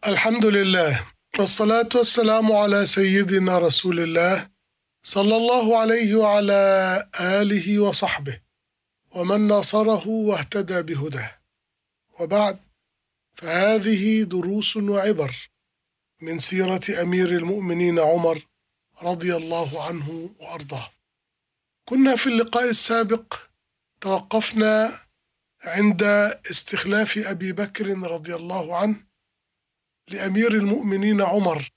الحمد لله، والصلاة والسلام على سيدنا رسول الله صلى الله عليه وعلى آله وصحبه ومن ناصره واهتدى بهداه. وبعد، فهذه دروس وعبر من سيرة أمير المؤمنين عمر رضي الله عنه وأرضاه. كنا في اللقاء السابق توقفنا عند استخلاف أبي بكر رضي الله عنه لأمير المؤمنين عمر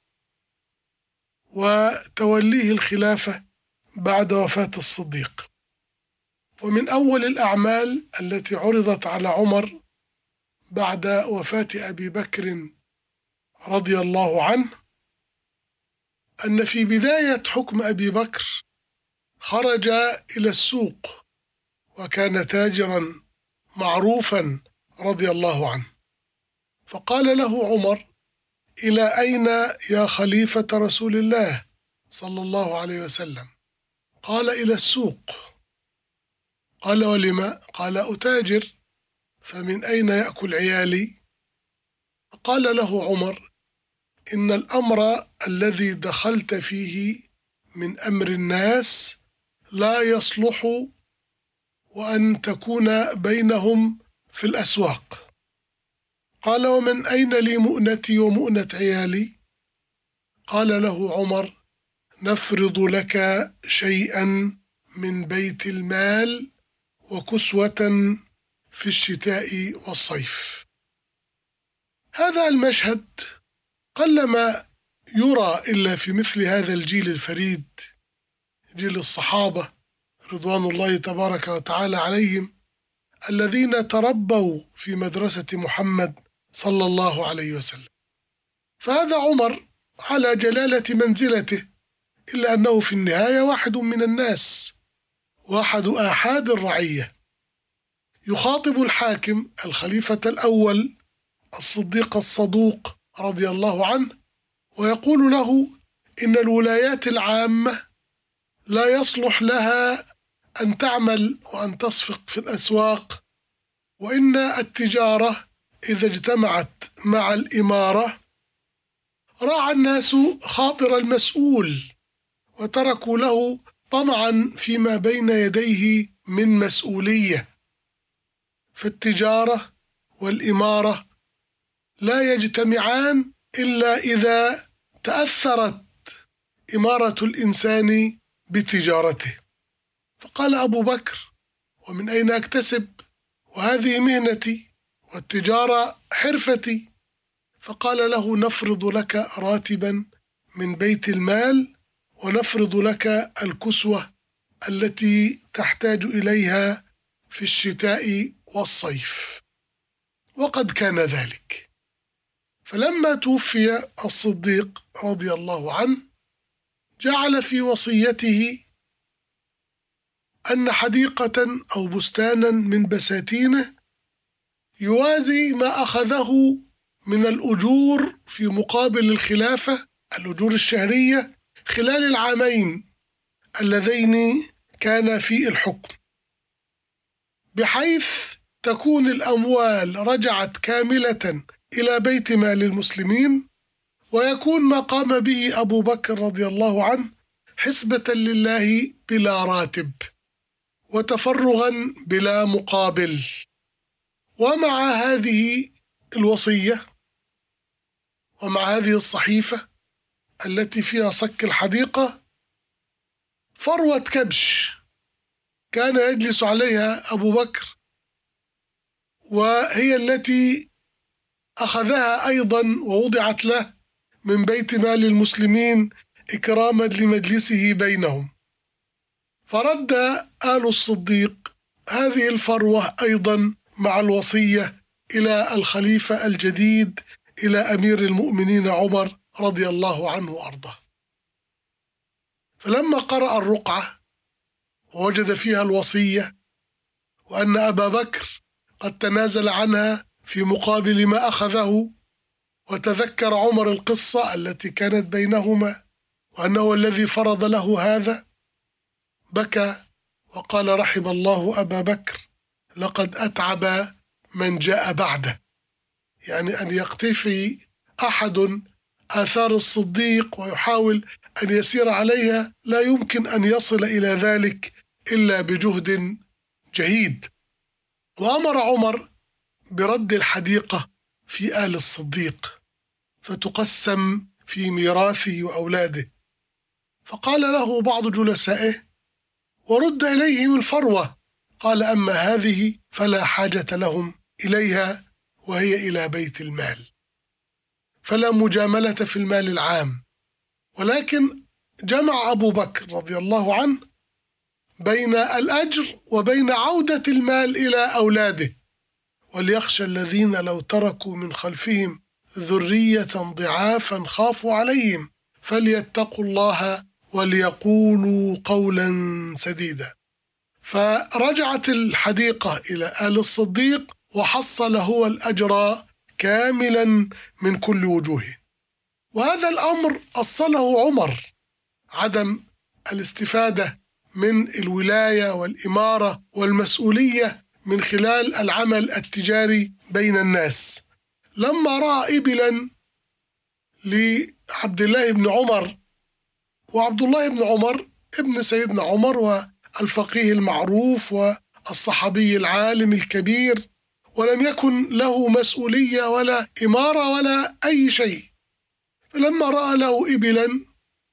وتوليه الخلافة بعد وفاة الصديق. ومن أول الأعمال التي عرضت على عمر بعد وفاة أبي بكر رضي الله عنه أن في بداية حكم أبي بكر خرج إلى السوق، وكان تاجرا معروفا رضي الله عنه، فقال له عمر: إلى أين يا خليفة رسول الله صلى الله عليه وسلم؟ قال: إلى السوق. قال: ولما؟ قال: أتاجر، فمن أين يأكل عيالي؟ قال له عمر: إن الأمر الذي دخلت فيه من أمر الناس لا يصلح وأن تكون بينهم في الأسواق. قال: ومن أين لي مؤنتي ومؤنة عيالي؟ قال له عمر: نفرض لك شيئا من بيت المال وكسوة في الشتاء والصيف. هذا المشهد قلما يرى إلا في مثل هذا الجيل الفريد، جيل الصحابة رضوان الله تبارك وتعالى عليهم، الذين تربوا في مدرسة محمد صلى الله عليه وسلم. فهذا عمر على جلالة منزلته، إلا أنه في النهاية واحد من الناس، واحد آحاد الرعية، يخاطب الحاكم الخليفة الأول الصديق الصدوق رضي الله عنه، ويقول له إن الولايات العامة لا يصلح لها أن تعمل وأن تصفق في الأسواق، وإن التجارة إذا اجتمعت مع الإمارة راعى الناس خاطر المسؤول وتركوا له طمعا فيما بين يديه من مسؤولية. فالتجارة والإمارة لا يجتمعان إلا إذا تأثرت إمارة الإنسان بتجارته. فقال أبو بكر: ومن أين أكتسب؟ وهذه مهنتي والتجارة حرفتي. فقال له: نفرض لك راتبا من بيت المال، ونفرض لك الكسوة التي تحتاج إليها في الشتاء والصيف. وقد كان ذلك. فلما توفي الصديق رضي الله عنه جعل في وصيته أن حديقة أو بستانا من بساتينه يوازي ما أخذه من الأجور في مقابل الخلافة، الأجور الشهرية، خلال العامين اللذين كان في الحكم، بحيث تكون الأموال رجعت كاملة إلى بيت مال المسلمين، ويكون ما قام به أبو بكر رضي الله عنه حسبة لله بلا راتب وتفرغا بلا مقابل. ومع هذه الوصية ومع هذه الصحيفة التي فيها صك الحديقة فروة كبش كان يجلس عليها أبو بكر، وهي التي أخذها أيضا ووضعت له من بيت مال المسلمين إكراما لمجلسه بينهم. فرد آل الصديق هذه الفروة أيضا مع الوصية إلى الخليفة الجديد، إلى أمير المؤمنين عمر رضي الله عنه وأرضاه. فلما قرأ الرقعة ووجد فيها الوصية وأن أبا بكر قد تنازل عنها في مقابل ما أخذه، وتذكر عمر القصة التي كانت بينهما وأنه الذي فرض له هذا، بكى وقال: رحم الله أبا بكر، لقد أتعب من جاء بعده، يعني أن يقتفي أحد آثار الصديق ويحاول أن يسير عليها، لا يمكن أن يصل إلى ذلك إلا بجهد جهيد. وأمر عمر برد الحديقة في آل الصديق فتقسم في ميراثه وأولاده. فقال له بعض جلسائه: ورد إليهم الفروة. قال: أما هذه فلا حاجة لهم إليها، وهي إلى بيت المال، فلا مجاملة في المال العام. ولكن جمع أبو بكر رضي الله عنه بين الأجر وبين عودة المال إلى أولاده. وليخشى الذين لو تركوا من خلفهم ذرية ضعافا خافوا عليهم فليتقوا الله وليقولوا قولا سديدا. فرجعت الحديقة إلى آل الصديق وحصل هو الأجر كاملا من كل وجوهه. وهذا الأمر أصله عمر، عدم الاستفادة من الولاية والإمارة والمسؤولية من خلال العمل التجاري بين الناس. لما رأى إبلا لعبد الله بن عمر، وعبد الله بن عمر ابن سيدنا عمر والفقيه المعروف والصحابي العالم الكبير، ولم يكن له مسؤولية ولا إمارة ولا أي شيء. فلما رأى له إبلا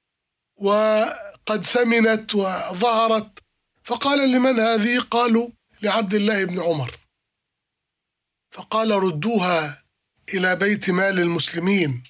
وقد سمنت وظهرت فقال: لمن هذه؟ قالوا: لعبد الله بن عمر. فقال: ردوها إلى بيت مال المسلمين،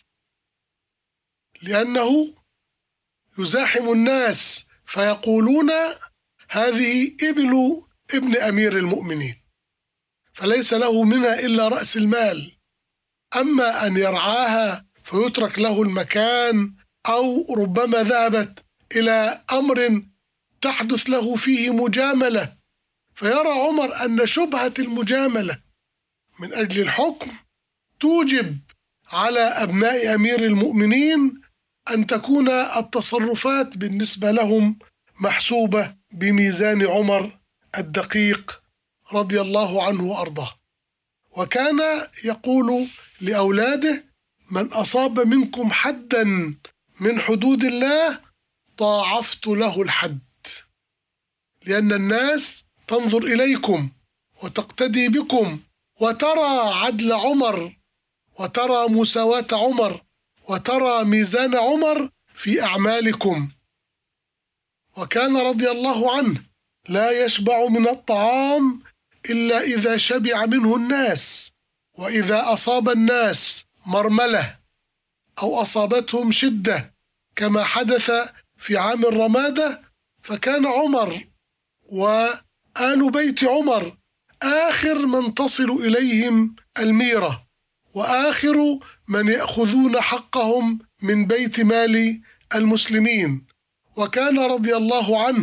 لأنه يزاحم الناس فيقولون هذه إبل ابن أمير المؤمنين، فليس له منها إلا رأس المال. أما أن يرعاها فيترك له المكان، أو ربما ذهبت إلى أمر تحدث له فيه مجاملة، فيرى عمر أن شبهة المجاملة من أجل الحكم توجب على أبناء أمير المؤمنين أن تكون التصرفات بالنسبة لهم محسوبة بميزان عمر الدقيق رضي الله عنه وأرضاه. وكان يقول لأولاده: من أصاب منكم حدا من حدود الله ضاعفت له الحد، لأن الناس تنظر إليكم وتقتدي بكم وترى عدل عمر وترى مساواة عمر وترى ميزان عمر في أعمالكم. وكان رضي الله عنه لا يشبع من الطعام إلا إذا شبع منه الناس، وإذا أصاب الناس مرملة أو أصابتهم شدة كما حدث في عام الرمادة، فكان عمر وآل بيت عمر آخر من تصل إليهم الميرة، وآخر من يأخذون حقهم من بيت مال المسلمين. وكان رضي الله عنه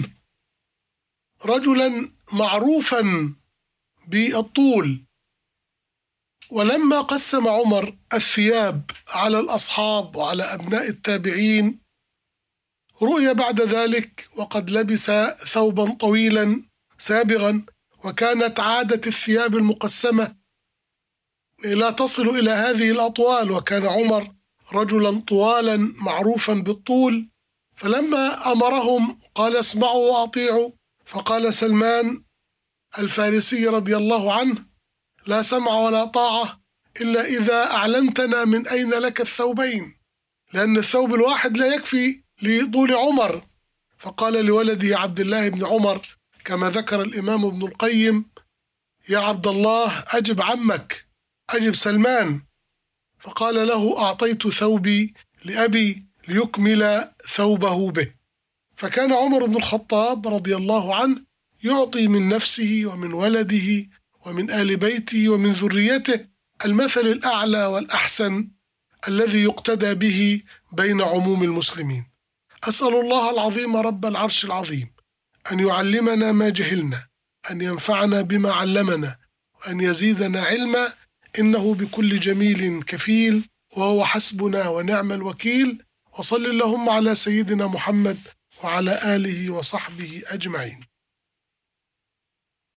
رجلا معروفا بالطول. ولما قسم عمر الثياب على الأصحاب وعلى أبناء التابعين، رؤي بعد ذلك وقد لبس ثوبا طويلا سابغا، وكانت عادة الثياب المقسمة لا تصل إلى هذه الأطوال، وكان عمر رجلا طوالا معروفا بالطول. فلما أمرهم قال: اسمعوا وأطيعوا. فقال سلمان الفارسي رضي الله عنه: لا سمع ولا طاعة إلا إذا أعلمتنا من أين لك الثوبين، لأن الثوب الواحد لا يكفي لطول عمر. فقال لولده عبد الله بن عمر كما ذكر الإمام ابن القيم: يا عبد الله أجب عمك، أجب سلمان. فقال له: أعطيت ثوبي لأبي ليكمل ثوبه به. فكان عمر بن الخطاب رضي الله عنه يعطي من نفسه ومن ولده ومن آل بيته ومن ذريته المثل الأعلى والأحسن الذي يقتدى به بين عموم المسلمين. أسأل الله العظيم رب العرش العظيم أن يعلمنا ما جهلنا، أن ينفعنا بما علمنا، وأن يزيدنا علما، إنه بكل جميل كفيل، وهو حسبنا ونعم الوكيل. وصل اللهم على سيدنا محمد وعلى آله وصحبه أجمعين.